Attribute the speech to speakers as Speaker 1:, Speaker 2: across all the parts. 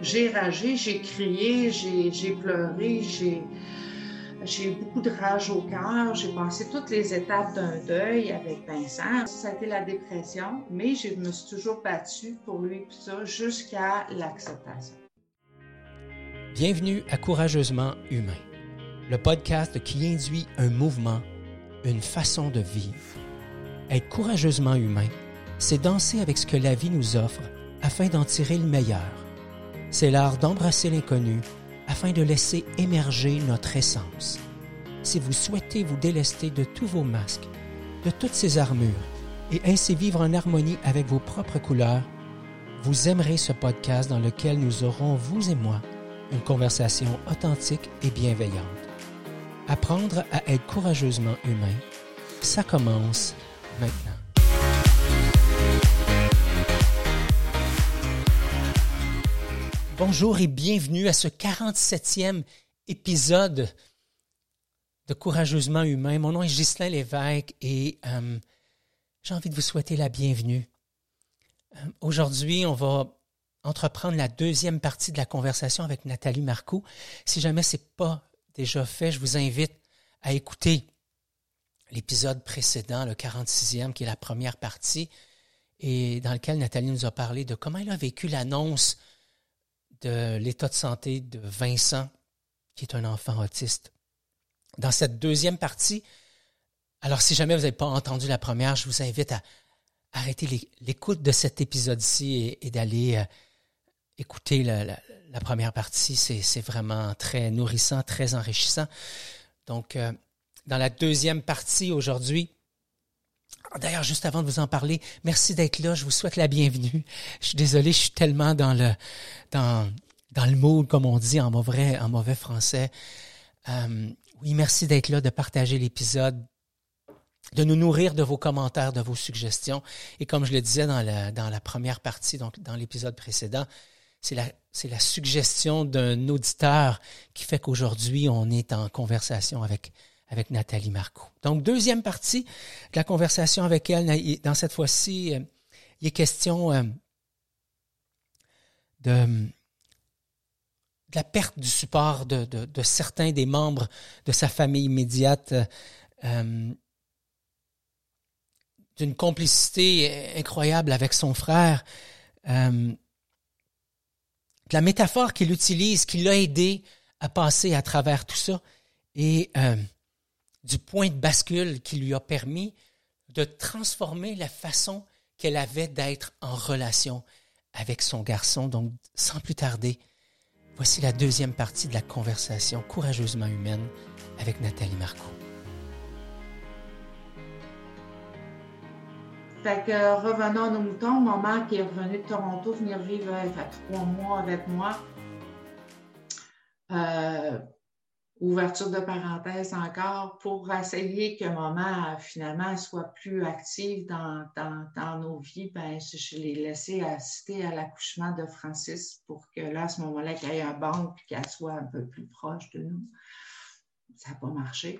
Speaker 1: J'ai ragé, j'ai crié, j'ai pleuré, j'ai eu beaucoup de rage au cœur. J'ai passé toutes les étapes d'un deuil avec Vincent. Ça a été la dépression, mais je me suis toujours battue pour lui et ça jusqu'à l'acceptation.
Speaker 2: Bienvenue à Courageusement Humain, le podcast qui induit un mouvement, une façon de vivre. Être courageusement humain, c'est danser avec ce que la vie nous offre afin d'en tirer le meilleur. C'est l'art d'embrasser l'inconnu afin de laisser émerger notre essence. Si vous souhaitez vous délester de tous vos masques, de toutes ces armures et ainsi vivre en harmonie avec vos propres couleurs, vous aimerez ce podcast dans lequel nous aurons, vous et moi, une conversation authentique et bienveillante. Apprendre à être courageusement humain, ça commence maintenant. Bonjour et bienvenue à ce 47e épisode de Courageusement Humain. Mon nom est Ghislain Lévesque et j'ai envie de vous souhaiter la bienvenue. Aujourd'hui, on va entreprendre la deuxième partie de la conversation avec Nathalie Marcoux. Si jamais ce n'est pas déjà fait, je vous invite à écouter l'épisode précédent, le 46e, qui est la première partie, et dans lequel Nathalie nous a parlé de comment elle a vécu l'annonce de l'état de santé de Vincent, qui est un enfant autiste. Dans cette deuxième partie, alors si jamais vous n'avez pas entendu la première, je vous invite à arrêter l'écoute de cet épisode-ci et d'aller écouter la première partie. C'est vraiment très nourrissant, très enrichissant. Donc, dans la deuxième partie aujourd'hui, d'ailleurs, juste avant de vous en parler, merci d'être là. Je vous souhaite la bienvenue. Je suis désolé, je suis tellement dans le mood, comme on dit en mauvais français. Oui, merci d'être là, de partager l'épisode, de nous nourrir de vos commentaires, de vos suggestions. Et comme je le disais dans la première partie, donc dans l'épisode précédent, c'est la suggestion d'un auditeur qui fait qu'aujourd'hui, on est en conversation avec Nathalie Marcoux. Donc, deuxième partie de la conversation avec elle. Dans cette fois-ci, il est question de la perte du support de certains des membres de sa famille immédiate, d'une complicité incroyable avec son frère, la métaphore qu'il utilise, qui l'a aidé à passer à travers tout ça, et du point de bascule qui lui a permis de transformer la façon qu'elle avait d'être en relation avec son garçon. Donc, sans plus tarder, voici la deuxième partie de la conversation courageusement humaine avec Nathalie Marcoux.
Speaker 1: Fait que revenons à nos moutons, maman qui est revenue de Toronto venir vivre il fait 3 mois avec moi. Ouverture de parenthèse encore, pour essayer que maman, finalement, soit plus active dans nos vies, ben, je l'ai laissée assister à l'accouchement de Francis pour que là, à ce moment-là, qu'il y ait un banc et qu'elle soit un peu plus proche de nous. Ça n'a pas marché.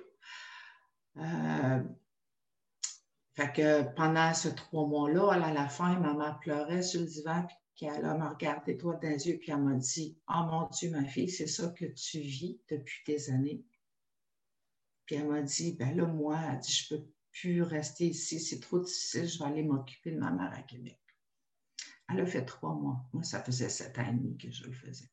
Speaker 1: Fait que pendant ces 3 mois-là, à la fin, maman pleurait sur le divan, puis elle m'a regardé droit dans les yeux, puis elle m'a dit « Oh mon Dieu, ma fille, c'est ça que tu vis depuis des années. » Puis elle m'a dit « Ben là, moi, elle dit, je peux plus rester ici, c'est trop difficile, je vais aller m'occuper de ma mère à Québec. » Elle a fait 3 mois. Moi, ça faisait 7 ans et demi que je le faisais.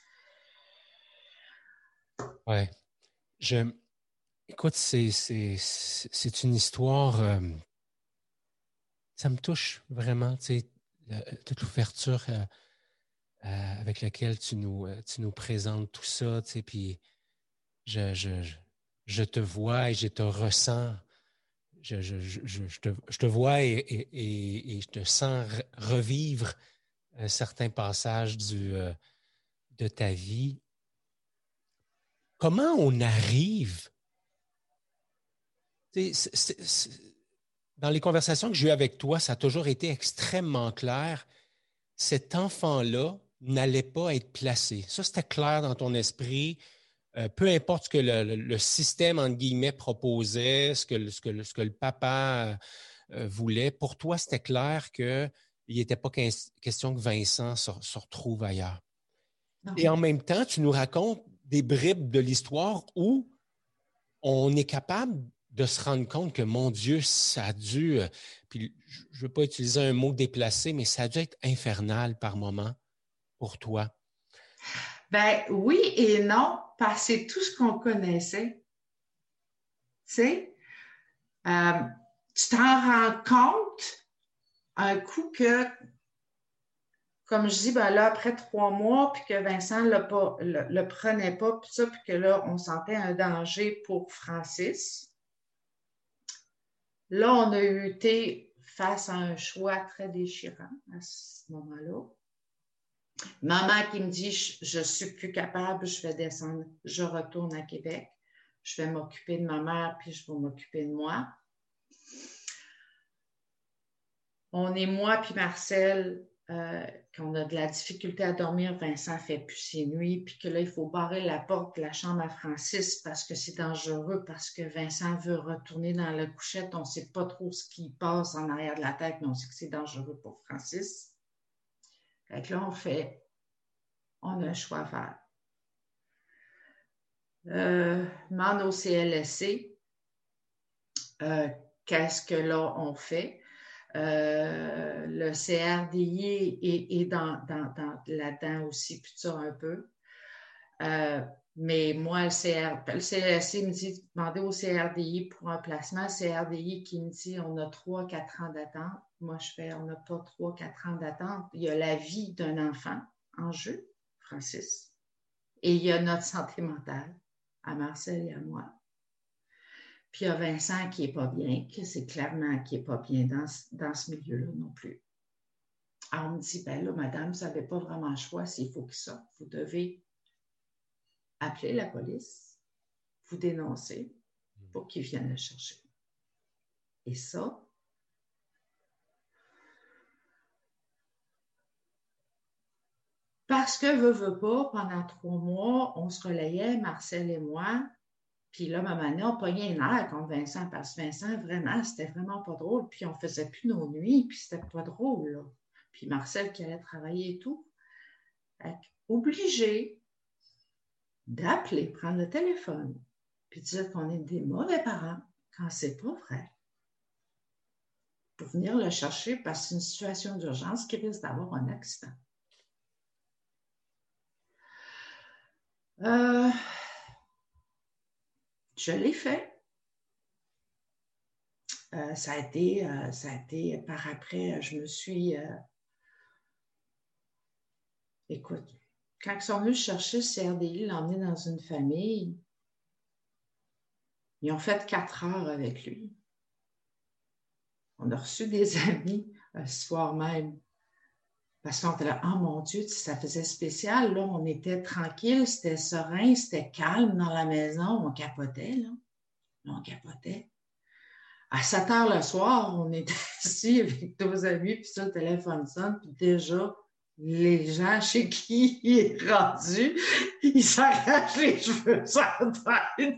Speaker 2: Ouais. Écoute, c'est une histoire... ça me touche vraiment, tu sais, toute l'ouverture avec laquelle tu nous présentes tout ça, tu sais, puis je te vois et je te ressens, je te vois et je te sens revivre certains passages de ta vie. Comment on arrive, tu sais, dans les conversations que j'ai eues avec toi, ça a toujours été extrêmement clair. Cet enfant-là n'allait pas être placé. Ça, c'était clair dans ton esprit. Peu importe ce que le système, entre guillemets, proposait, ce que le papa voulait, pour toi, c'était clair qu'il n'était pas question que Vincent se retrouve ailleurs.
Speaker 1: Non.
Speaker 3: Et en même temps, tu nous racontes des bribes de l'histoire où on est capable de se rendre compte que, mon Dieu, ça a dû, puis je ne veux pas utiliser un mot déplacé, mais ça a dû être infernal par moment pour toi.
Speaker 1: Ben oui et non, parce que c'est tout ce qu'on connaissait. Tu sais, tu t'en rends compte un coup que, comme je dis, ben là, après 3 mois, puis que Vincent le prenait pas, puis ça, puis que là, on sentait un danger pour Francis. Là, on a été face à un choix très déchirant à ce moment-là. Maman qui me dit, je suis plus capable, je vais descendre, je retourne à Québec, je vais m'occuper de ma mère, puis je vais m'occuper de moi. On est moi puis Marcel, quand on a de la difficulté à dormir, Vincent fait plus ses nuits, puis que là, il faut barrer la porte de la chambre à Francis parce que c'est dangereux, parce que Vincent veut retourner dans la couchette. On ne sait pas trop ce qui passe en arrière de la tête, mais on sait que c'est dangereux pour Francis. Fait que là, on a un choix à faire. M'en au CLSC, qu'est-ce que là, on fait? Le CRDI est là-dedans aussi, puis ça un peu. Mais moi, le CLSC me dit, demandez au CRDI pour un placement. Le CRDI qui me dit, on a 3-4 ans d'attente. Moi, je fais, on n'a pas 3-4 ans d'attente. Il y a la vie d'un enfant en jeu, Francis, et il y a notre santé mentale, à Marcel et à moi. Puis il y a Vincent qui n'est pas bien, que c'est clairement qui n'est pas bien dans ce milieu-là non plus. Alors on me dit, ben là, madame, vous n'avez pas vraiment le choix s'il faut qu'il sorte. Vous devez appeler la police, vous dénoncer pour qu'ils viennent le chercher. Et ça, parce que veut pas, pendant 3 mois, on se relayait, Marcel et moi. Puis là, ma maman, on pognait une air contre Vincent, parce que Vincent, vraiment, c'était vraiment pas drôle. Puis on faisait plus nos nuits, puis c'était pas drôle, là. Puis Marcel qui allait travailler et tout. Obligé d'appeler, prendre le téléphone, puis dire qu'on est des mauvais parents quand c'est pas vrai. Pour venir le chercher parce que c'est une situation d'urgence qui risque d'avoir un accident. Je l'ai fait. Ça a été par après, je me suis... écoute, quand ils sont venus chercher le CRDI, l'emmener dans une famille, ils ont fait 4 heures avec lui. On a reçu des amis ce soir même. Parce qu'on était là, oh mon Dieu, ça faisait spécial. Là, on était tranquille, c'était serein, c'était calme dans la maison. On capotait, là. On capotait. À 7 heures le soir, on était assis avec nos amis, puis ça, le téléphone sonne, puis déjà, les gens chez qui il est rendu, ils s'arrachent les cheveux sur la tête.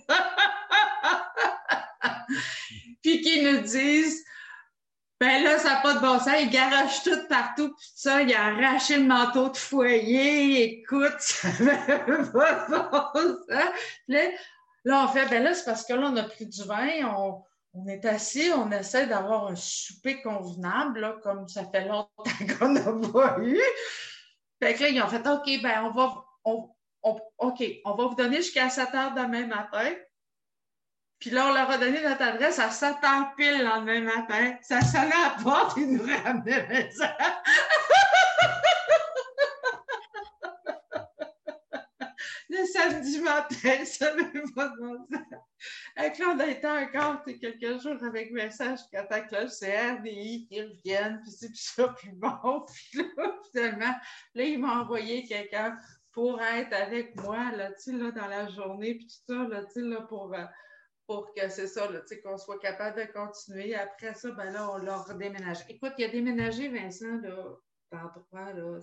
Speaker 1: Puis qu'ils nous disent, ben là, ça n'a pas de bon sens, il garoche tout partout, puis ça, il a arraché le manteau de foyer, écoute, ça n'avait pas de bon sens. Là, on fait, ben là, c'est parce que là, on a pris du vin, on est assis, on essaie d'avoir un souper convenable, là, comme ça fait longtemps qu'on n'a pas eu. Fait que là, ils ont fait, OK, ben on va vous donner jusqu'à 7 heures demain matin. Puis là, on leur a donné notre adresse à 7 heures pile le lendemain matin. Ça sonnait à la porte, ils nous ramenaient Vincent. Le samedi matin, ça n'avait pas de bon sens. Avec là, on a été encore quelques jours avec Vincent jusqu'à temps que là, c'est RDI qui reviennent, puis c'est puis ça, puis bon. Puis là, finalement, là, ils m'ont envoyé quelqu'un pour être avec moi, là, tu sais, là, dans la journée, puis tout ça, là, tu sais, là, pour que c'est ça, là, qu'on soit capable de continuer. Après ça, ben là, on l'a redéménagé. Écoute, il a déménagé, Vincent, là, d'endroit, là,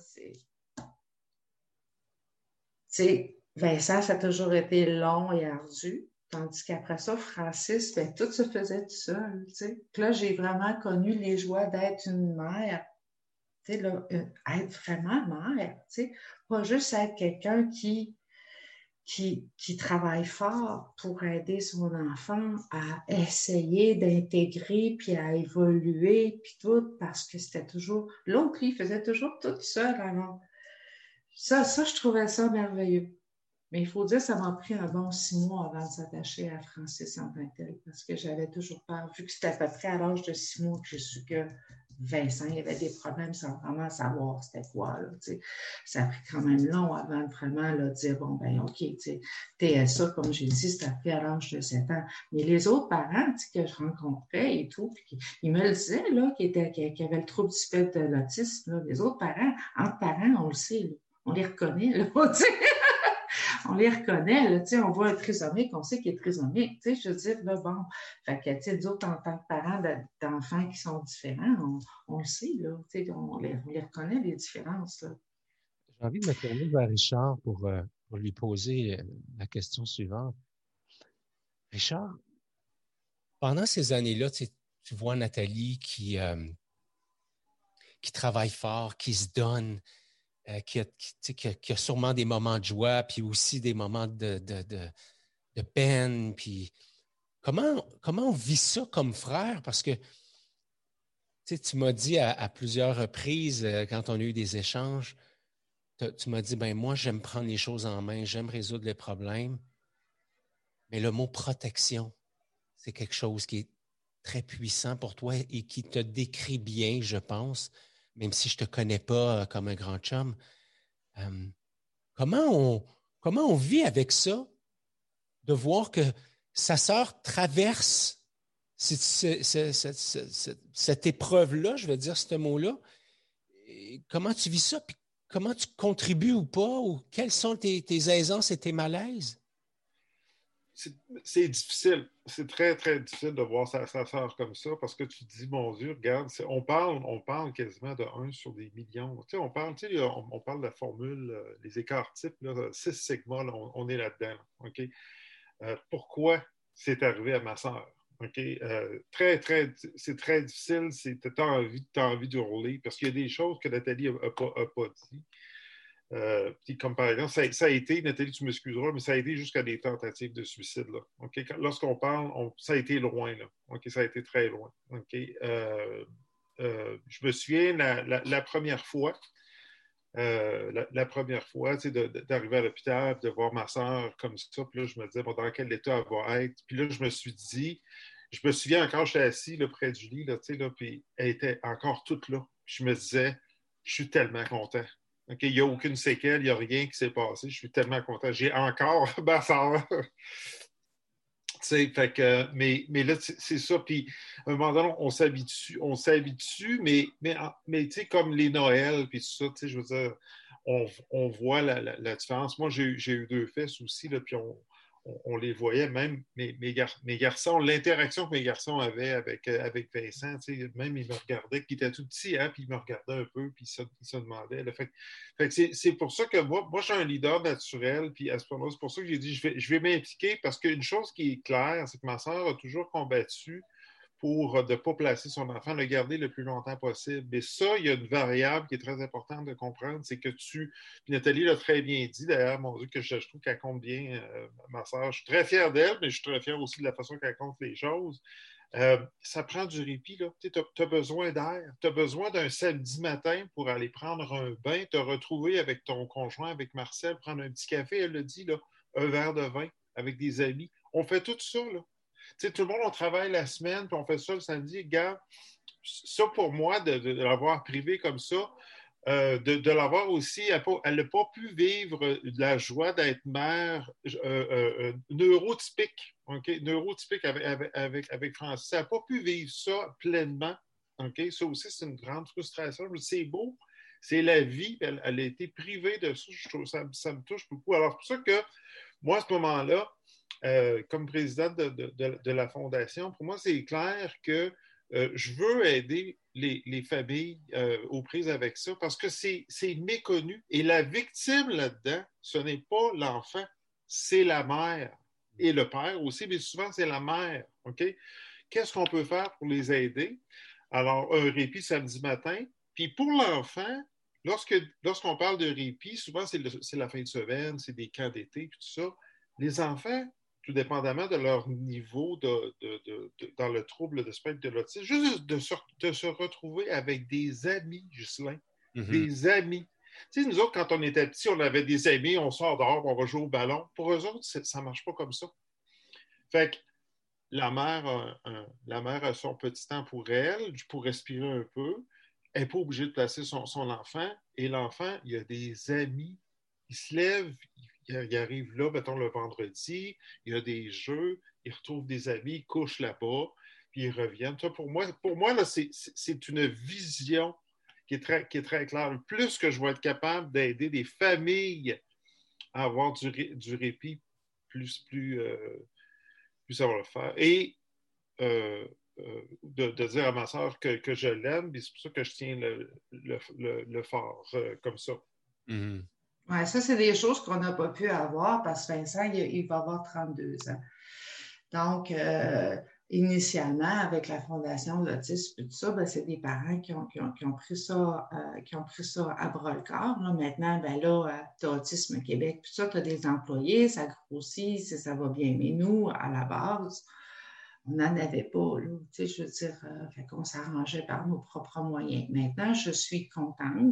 Speaker 1: c'est... Vincent, ça a toujours été long et ardu, tandis qu'après ça, Francis, ben, tout se faisait tout seul, tu sais. Là, j'ai vraiment connu les joies d'être une mère, tu sais, là, être vraiment mère, tu sais, pas juste être quelqu'un qui travaille fort pour aider son enfant à essayer d'intégrer, puis à évoluer, puis tout, parce que c'était toujours... L'autre, lui, faisait toujours tout seul. Alors, ça, je trouvais ça merveilleux. Mais il faut dire, ça m'a pris un bon 6 mois avant de s'attacher à Francis en tant que tel, parce que j'avais toujours peur, vu que c'était à peu près à l'âge de 6 mois que j'ai su que Vincent, il y avait des problèmes sans vraiment savoir c'était quoi. Là, ça a pris quand même long avant de vraiment là, dire, bon, ben OK, TSA, comme j'ai dit, c'était pris à l'âge de 7 ans. Mais les autres parents que je rencontrais et tout, puis ils me le disaient, là, qui avaient le trouble du spectre de l'autisme, là, les autres parents, entre parents, on le sait, là, on les reconnaît, là, on les reconnaît, là, on voit un trisomique, on sait qu'il est trisomique, je veux dire, là, bon, fait que, nous autres, en tant que parents d'enfants qui sont différents, on le sait, là, on les reconnaît, les différences, là.
Speaker 3: J'ai envie de me tourner vers Richard pour lui poser la question suivante. Richard, pendant ces années-là, tu vois Nathalie qui travaille fort, qui se donne, qui a sûrement des moments de joie, puis aussi des moments de peine. Puis comment on vit ça comme frère? Parce que tu m'as dit à plusieurs reprises, quand on a eu des échanges, tu m'as dit, ben moi, j'aime prendre les choses en main, j'aime résoudre les problèmes. Mais le mot protection, c'est quelque chose qui est très puissant pour toi et qui te décrit bien, je pense, même si je ne te connais pas comme un grand chum. Comment on vit avec ça, de voir que sa sœur traverse cette épreuve-là, je vais dire ce mot-là. Et comment tu vis ça? Puis comment tu contribues ou pas? Ou quelles sont tes aisances et tes malaises?
Speaker 4: C'est difficile. C'est très, très difficile de voir sa sœur comme ça parce que tu te dis, mon Dieu, regarde, on parle quasiment de 1 sur des millions. On parle de la formule, les écarts types, là, 6 sigma, là, on est là-dedans. Là, OK? Pourquoi c'est arrivé à ma sœur? OK? C'est très difficile. Tu as envie de rouler parce qu'il y a des choses que Nathalie n'a pas dit. Comme par exemple, ça a été, Nathalie, tu m'excuseras, mais ça a été jusqu'à des tentatives de suicide. Là, okay? Lorsqu'on parle, ça a été loin. Là, okay? Ça a été très loin. Okay? Je me souviens la première fois, d'arriver à l'hôpital, de voir ma soeur comme ça, puis là, je me disais, bon, dans quel état elle va être? Puis là, je me souviens encore, j'étais assis là, près du lit, là, puis elle était encore toute là. Puis je me disais, je suis tellement content. Okay, il n'y a aucune séquelle, il n'y a rien qui s'est passé. Je suis tellement content. J'ai encore ma soeur. Mais là, c'est ça. Puis, à un moment donné, on s'habitue, mais tu sais, comme les Noëls, puis tout ça, tu sais, je veux dire, on voit la différence. Moi, j'ai eu 2 fils aussi, là, puis on les voyait, même mes garçons, l'interaction que mes garçons avaient avec Vincent, même ils me regardaient, qui était tout petit, hein, puis ils me regardaient un peu, puis ils se demandaient. Là, fait que c'est pour ça que moi, je suis un leader naturel, puis à ce moment-là, c'est pour ça que j'ai dit, je vais m'impliquer, parce qu'une chose qui est claire, c'est que ma soeur a toujours combattu pour ne pas placer son enfant, le garder le plus longtemps possible. Mais ça, il y a une variable qui est très importante de comprendre, c'est que Nathalie l'a très bien dit, d'ailleurs, mon Dieu, que je trouve qu'elle compte bien, ma soeur. Je suis très fier d'elle, mais je suis très fier aussi de la façon qu'elle compte les choses. Ça prend du répit, là. Tu as besoin d'air. Tu as besoin d'un samedi matin pour aller prendre un bain, te retrouver avec ton conjoint, avec Marcel, prendre un petit café, elle le dit, là, un verre de vin avec des amis. On fait tout ça, là. Tout le monde, on travaille la semaine, puis on fait ça le samedi. Regarde, ça pour moi, de l'avoir privé comme ça, de l'avoir aussi, elle n'a pas pu vivre de la joie d'être mère neurotypique, okay? Neurotypique avec Francis. Elle n'a pas pu vivre ça pleinement. Okay? Ça aussi, c'est une grande frustration. C'est beau, c'est la vie. Elle a été privée de ça. Je trouve ça me touche beaucoup. Alors, c'est pour ça que moi, à ce moment-là, comme président de la Fondation, pour moi, c'est clair que je veux aider les familles aux prises avec ça parce que c'est méconnu. Et la victime là-dedans, ce n'est pas l'enfant, c'est la mère et le père aussi, mais souvent, c'est la mère. OK? Qu'est-ce qu'on peut faire pour les aider? Alors, un répit samedi matin, Puis pour l'enfant, lorsqu'on parle de répit, souvent c'est la fin de semaine, c'est des camps d'été, puis tout ça. Les enfants, tout dépendamment de leur niveau dans le trouble de spectre de l'autisme, juste de se retrouver avec des amis, Ghislain, des amis. Tu sais, nous autres, quand on était petits, on avait des amis, on sort dehors, on va jouer au ballon. Pour eux autres, ça ne marche pas comme ça. Fait que la mère a son petit temps pour elle, pour respirer un peu. Elle n'est pas obligée de placer son enfant. Et l'enfant, il a des amis. Il se lève, il arrive là, mettons, le vendredi, il a des jeux, il retrouve des amis, il couche là-bas, puis ils reviennent. Ça, pour moi là, c'est une vision qui est très claire. Plus que je vais être capable d'aider des familles à avoir du répit, plus ça va le faire. Et de dire à ma soeur que je l'aime, et c'est pour ça que je tiens le fort comme ça.
Speaker 3: Mm-hmm.
Speaker 1: Ouais, ça, c'est des choses qu'on n'a pas pu avoir parce que Vincent, il va avoir 32 ans. Donc, initialement, avec la Fondation de l'autisme et tout ça, ben, c'est des parents qui ont pris ça à bras-le-corps. Là, maintenant, ben là, tu as Autisme Québec, puis ça, tu as des employés, ça grossit, ça va bien. Mais nous, à la base, on n'en avait pas, là. Tu sais, je veux dire, fait qu'on s'arrangeait par nos propres moyens. Maintenant, je suis contente.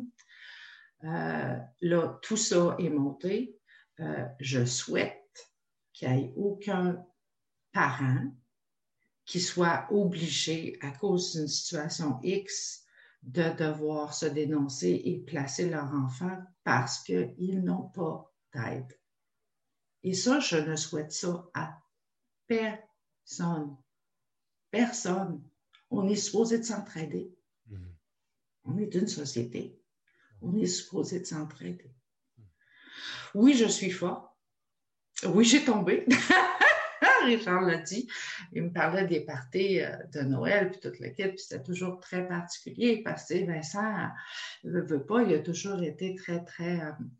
Speaker 1: Là, tout ça est monté. Je souhaite qu'il n'y ait aucun parent qui soit obligé, à cause d'une situation X, de devoir se dénoncer et placer leur enfant parce qu'ils n'ont pas d'aide. Et ça, je ne souhaite ça à personne. Personne. On est supposé de s'entraider. On est une société. On est supposé de s'entraider. Oui, je suis fort. Oui, j'ai tombé. Richard l'a dit. Il me parlait des parties de Noël, puis toute l'équipe, puis c'était toujours très particulier parce que Vincent ne veut pas, il a toujours été très, très...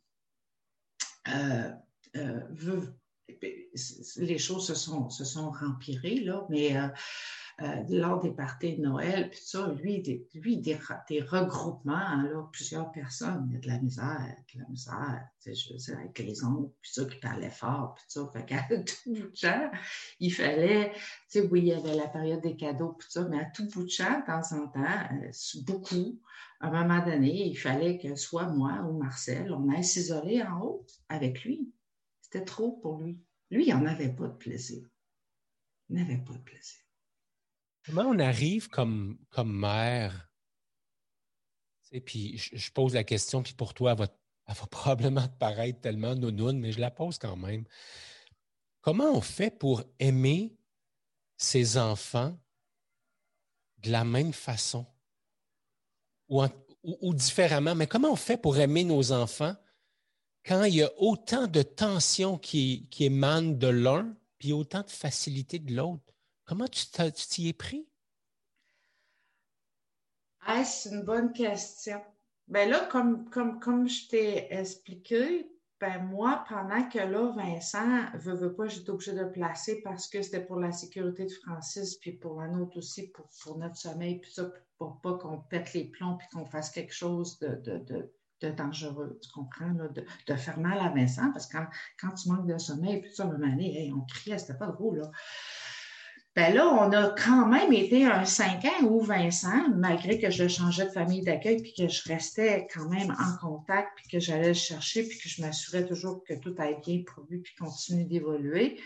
Speaker 1: les choses se sont rempirées, là, mais lors des parties de Noël, puis ça, lui, des regroupements, là, plusieurs personnes, il y a de la misère, tu sais, je veux dire, avec les oncles, puis ça, qui parlaient fort, puis ça, fait qu'à tout bout de champ, il fallait, tu sais, oui, il y avait la période des cadeaux, puis ça, mais à tout bout de champ, de temps en temps, beaucoup, à un moment donné, il fallait que soit moi ou Marcel, on aille s'isoler en haut avec lui. C'était trop pour lui. Lui, il n'en avait pas de plaisir. Il n'avait pas de plaisir.
Speaker 3: Comment on arrive comme mère? Et puis, je pose la question, puis pour toi, elle va probablement te paraître tellement nounoune, mais je la pose quand même. Comment on fait pour aimer ses enfants de la même façon? Ou différemment, mais comment on fait pour aimer nos enfants quand il y a autant de tensions qui émanent de l'un, puis autant de facilité de l'autre? Comment tu t'y es pris?
Speaker 1: Ah, c'est une bonne question. Ben là, comme je t'ai expliqué, ben moi, pendant que là, Vincent, veut pas, j'étais obligée de le placer parce que c'était pour la sécurité de Francis, puis pour la nôtre aussi, pour notre sommeil, puis ça, pour pas qu'on pète les plombs, puis qu'on fasse quelque chose de dangereux, tu comprends, là, de faire mal à Vincent, parce que quand tu manques de sommeil, puis ça, à un moment donné, hey, on criait, c'était pas drôle, là. Ben là, on a quand même été un 5 ans où Vincent, malgré que je changeais de famille d'accueil, puis que je restais quand même en contact, puis que j'allais le chercher, puis que je m'assurais toujours que tout allait bien pour lui, puis continue d'évoluer.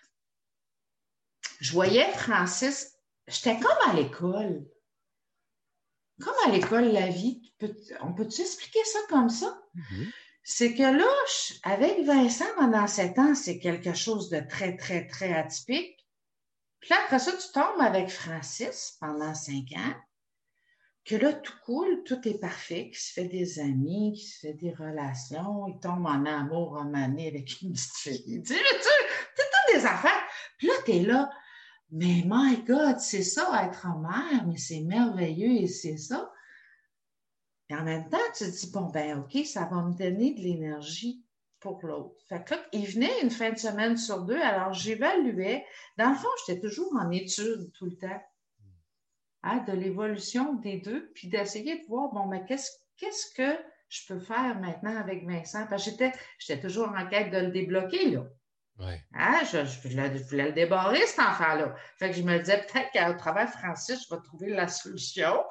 Speaker 1: Je voyais Francis, j'étais comme à l'école. Comme à l'école, la vie, on peut-tu expliquer ça comme ça? Mm-hmm. C'est que là, avec Vincent, pendant 7 ans, c'est quelque chose de très, très, très atypique. Puis là, après ça, tu tombes avec Francis pendant 5 ans, que là, tout coule, tout est parfait, qu'il se fait des amis, qu'il se fait des relations, il tombe en amour romané avec une petite fille. Tu sais, toutes des affaires. Puis là, t'es là, mais my God, c'est ça, être mère, mais c'est merveilleux et c'est ça. Et en même temps, tu te dis, bon, ben OK, ça va me donner de l'énergie pour l'autre. Fait que là, il venait une fin de semaine sur 2, alors j'évaluais. Dans le fond, j'étais toujours en études tout le temps. hein, de l'évolution des deux, puis d'essayer de voir, bon, mais qu'est-ce que je peux faire maintenant avec Vincent? Parce que j'étais toujours en quête de le débloquer, là.
Speaker 3: Ouais.
Speaker 1: Hein, je voulais le débarrer, cet enfant-là. Fait que je me disais, peut-être qu'à travers Francis, je vais trouver la solution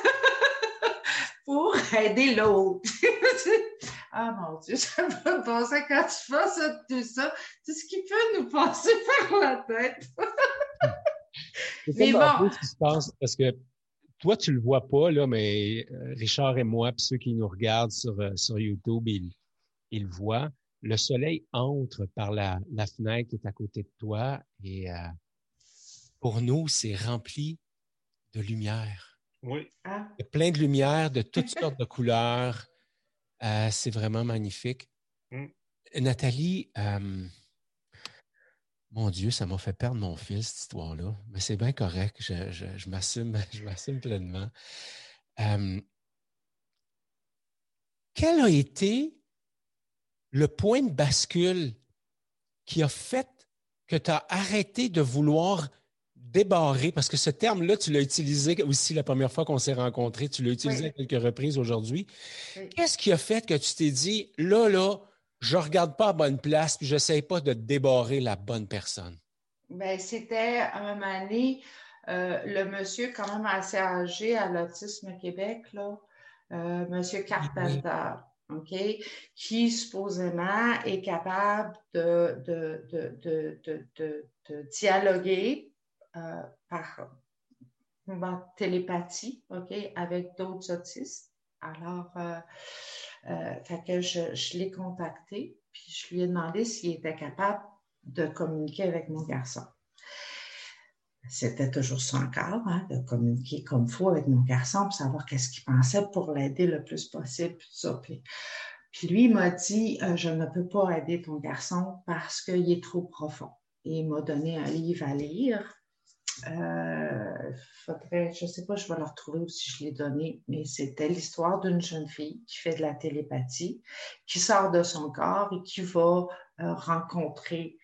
Speaker 1: pour aider l'autre. Ah mon Dieu, ça va passer quand tu fais ça, tout ça, tout ce qui peut nous passer par la tête.
Speaker 3: C'est
Speaker 1: Mais
Speaker 3: tellement
Speaker 1: bon,
Speaker 3: beau ce qui se passe parce que toi, tu le vois pas, là, mais Richard et moi, puis ceux qui nous regardent sur YouTube, ils le voient. Le soleil entre par la fenêtre qui est à côté de toi et pour nous, c'est rempli de lumière.
Speaker 4: Oui.
Speaker 1: hein,
Speaker 3: Il y a plein de lumière de toutes sortes de couleurs. C'est vraiment magnifique.
Speaker 4: Mm.
Speaker 3: Nathalie, mon Dieu, ça m'a fait perdre mon fil, cette histoire-là. Mais c'est bien correct. Je m'assume, je m'assume pleinement. Quel a été le point de bascule qui a fait que tu as arrêté de vouloir débarrer? Parce que ce terme-là, tu l'as utilisé aussi la première fois qu'on s'est rencontrés. Tu l'as utilisé
Speaker 1: oui,
Speaker 3: à quelques reprises aujourd'hui.
Speaker 1: oui.
Speaker 3: Qu'est-ce qui a fait que tu t'es dit, là, je ne regarde pas à bonne place puis je n'essaie pas de débarrer la bonne personne?
Speaker 1: Ben, c'était un moment donné, le monsieur quand même assez âgé à l'Autisme Québec, là, monsieur
Speaker 3: Oui.
Speaker 1: Carpenter, OK, qui supposément est capable de dialoguer par télépathie, OK, avec d'autres autistes. Alors, fait que je l'ai contacté, puis je lui ai demandé s'il était capable de communiquer avec mon garçon. C'était toujours son cas, hein, de communiquer comme il faut avec mon garçon pour savoir qu'est-ce qu'il pensait pour l'aider le plus possible. Tout ça. Puis lui, il m'a dit, je ne peux pas aider ton garçon parce qu'il est trop profond. Et il m'a donné un livre à lire. Je ne sais pas, je vais le retrouver ou si je l'ai donné, mais c'était l'histoire d'une jeune fille qui fait de la télépathie, qui sort de son corps et qui va rencontrer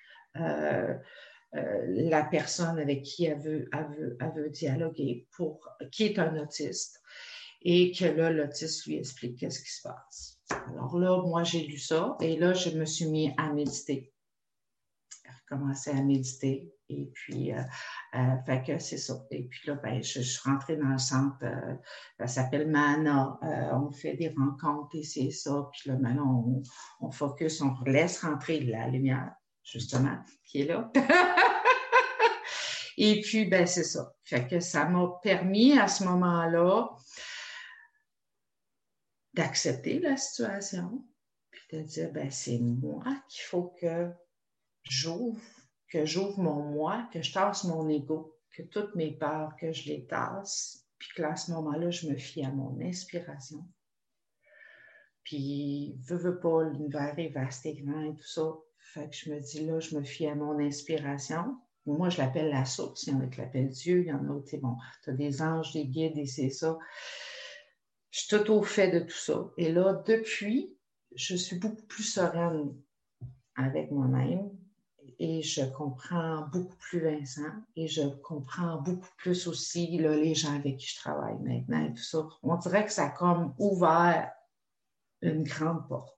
Speaker 1: la personne avec qui elle veut dialoguer, qui est un autiste, et que là, l'autiste lui explique qu'est-ce qui se passe. Alors là, moi, j'ai lu ça, et là, je me suis mis à méditer. J'ai recommencé à méditer, et puis, fait que c'est ça. Et puis là, ben, je suis rentrée dans le centre, ça s'appelle Mana, on fait des rencontres, et c'est ça, puis là, maintenant, on focus, on laisse rentrer la lumière, justement, qui est là. Et puis, ben, c'est ça. Fait que ça m'a permis à ce moment-là d'accepter la situation, puis de dire, ben, c'est moi qu'il faut j'ouvre, que j'ouvre mon moi, que je tasse mon ego, que toutes mes peurs, que je les tasse, puis que là, à ce moment-là, je me fie à mon inspiration. Puis, veux pas, l'univers est vaste et grand et tout ça. Fait que je me dis, là, je me fie à mon inspiration. Moi, je l'appelle la source. Il y en a qui l'appellent Dieu. Il y en a, tu sais, bon, tu as des anges, des guides et c'est ça. Je suis tout au fait de tout ça. Et là, depuis, je suis beaucoup plus sereine avec moi-même et je comprends beaucoup plus Vincent et je comprends beaucoup plus aussi là, les gens avec qui je travaille maintenant et tout ça. On dirait que ça a comme ouvert une grande porte.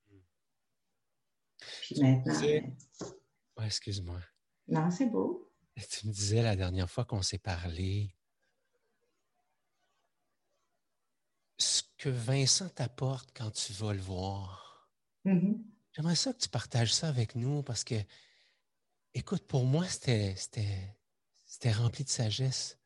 Speaker 1: Puis maintenant,
Speaker 3: Excuse-moi.
Speaker 1: Non, c'est beau.
Speaker 3: Tu me disais la dernière fois qu'on s'est parlé, ce que Vincent t'apporte quand tu vas le voir.
Speaker 1: Mm-hmm.
Speaker 3: J'aimerais ça que tu partages ça avec nous parce que, écoute, pour moi, c'était rempli de sagesse.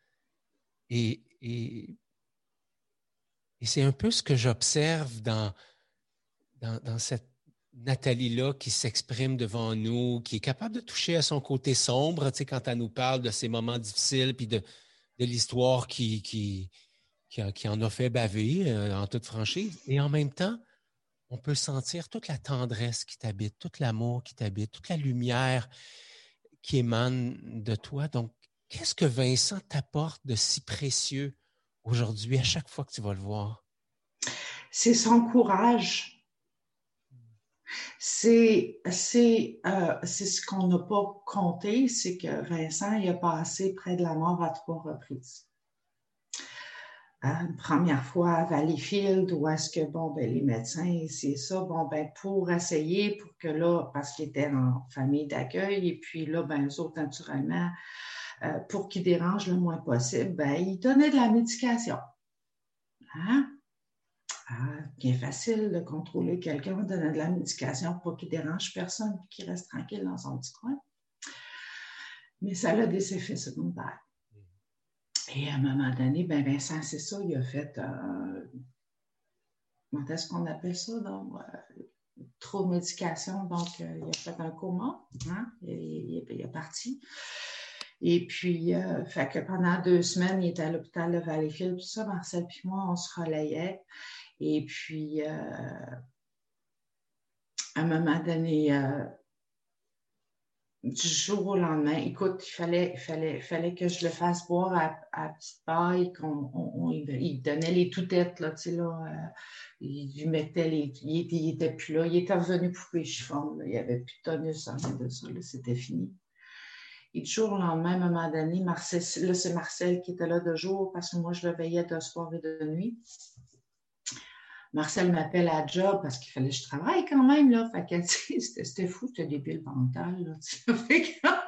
Speaker 3: Et c'est un peu ce que j'observe dans cette Nathalie-là qui s'exprime devant nous, qui est capable de toucher à son côté sombre, tu sais, quand elle nous parle de ses moments difficiles, puis de l'histoire qui en a fait baver en toute franchise. Et en même temps, on peut sentir toute la tendresse qui t'habite, tout l'amour qui t'habite, toute la lumière qui émane de toi. Donc, qu'est-ce que Vincent t'apporte de si précieux aujourd'hui à chaque fois que tu vas le voir?
Speaker 1: C'est son courage. C'est ce qu'on n'a pas compté, c'est que Vincent il a passé près de la mort à 3 reprises. une première fois à Valleyfield, où est-ce que, les médecins, c'est ça, pour essayer, pour que là, parce qu'ils étaient en famille d'accueil, et puis là, eux autres, naturellement, pour qu'ils dérangent le moins possible, ils donnaient de la médication. Hein? Bien facile de contrôler quelqu'un en donnant de la médication pour qu'il ne dérange personne et qu'il reste tranquille dans son petit coin. Mais ça a des effets secondaires. Et à un moment donné, Vincent, c'est ça, il a fait, comment est-ce qu'on appelle ça? Donc, trop de médication, donc il a fait un coma, hein? Il est parti. Et puis, fait que pendant 2 semaines, il était à l'hôpital de Valleyfield, tout ça, Marcel puis moi, on se relayait. Et puis, à un moment donné, du jour au lendemain, écoute, il fallait que je le fasse boire à petite paille, il donnait les toutettes, là, tu sais, là, il lui mettait il était plus là, il était revenu pour les chiffons, là, il n'y avait plus de tonus, rien de ça, là, c'était fini. Et du jour au lendemain, à un moment donné, c'est Marcel qui était là de jour, parce que moi, je le veillais de soir et de nuit. Marcel m'appelle à la job parce qu'il fallait que je travaille quand même, là. Fait que, c'était fou, c'était débile mental, là. Fait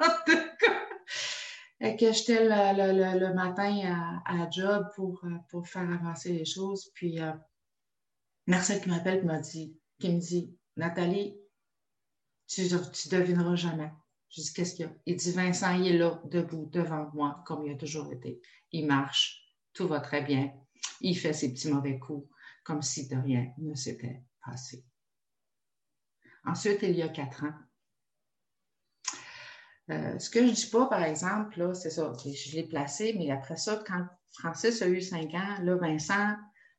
Speaker 1: que j'étais le matin à la job pour faire avancer les choses. Puis, Marcel qui m'appelle qui me dit, Nathalie, tu devineras jamais. Je dis, qu'est-ce qu'il y a? Il dit, Vincent, il est là, debout, devant moi, comme il a toujours été. Il marche, tout va très bien. Il fait ses petits mauvais coups, comme si de rien ne s'était passé. Ensuite, il y a 4 ans. Ce que je ne dis pas, par exemple, là, c'est ça, je l'ai placé, mais après ça, quand Francis a eu 5 ans, là, Vincent,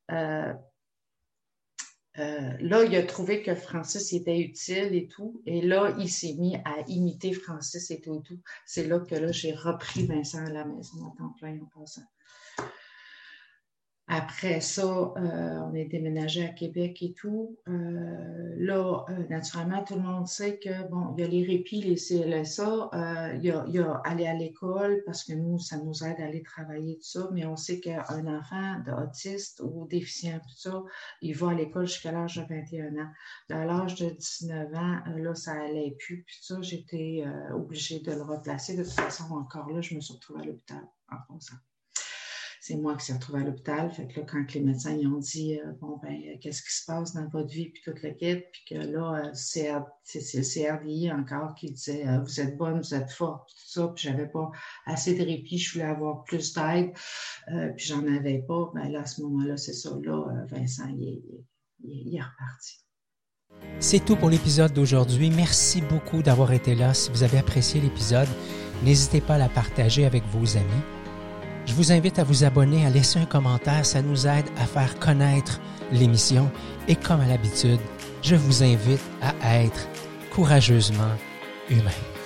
Speaker 1: là, il a trouvé que Francis était utile et tout, et là, il s'est mis à imiter Francis et tout. C'est là que j'ai repris Vincent à la maison à temps plein en passant. Après ça, on est déménagé à Québec et tout. Là, naturellement, tout le monde sait que, il y a les répits, les CLSA, il y a aller à l'école parce que nous, ça nous aide à aller travailler, tout ça, mais on sait qu'un enfant autiste ou déficient, tout ça, il va à l'école jusqu'à l'âge de 21 ans. À l'âge de 19 ans, là, ça allait plus, puis ça, j'étais obligée de le replacer. De toute façon, encore là, je me suis retrouvée à l'hôpital en pensant. C'est moi qui s'est retrouvée à l'hôpital. Fait que là, quand les médecins ils ont dit qu'est-ce qui se passe dans votre vie, puis toute la quête, puis que là, c'est le CRDI encore qui disait vous êtes bonne, vous êtes forte, tout ça, puis j'avais pas assez de répit, je voulais avoir plus d'aide, puis j'en avais pas. Là, à ce moment-là, c'est ça, là, Vincent, il est reparti.
Speaker 2: C'est tout pour l'épisode d'aujourd'hui. Merci beaucoup d'avoir été là. Si vous avez apprécié l'épisode, n'hésitez pas à la partager avec vos amis. Je vous invite à vous abonner, à laisser un commentaire. Ça nous aide à faire connaître l'émission. Et comme à l'habitude, je vous invite à être courageusement humain.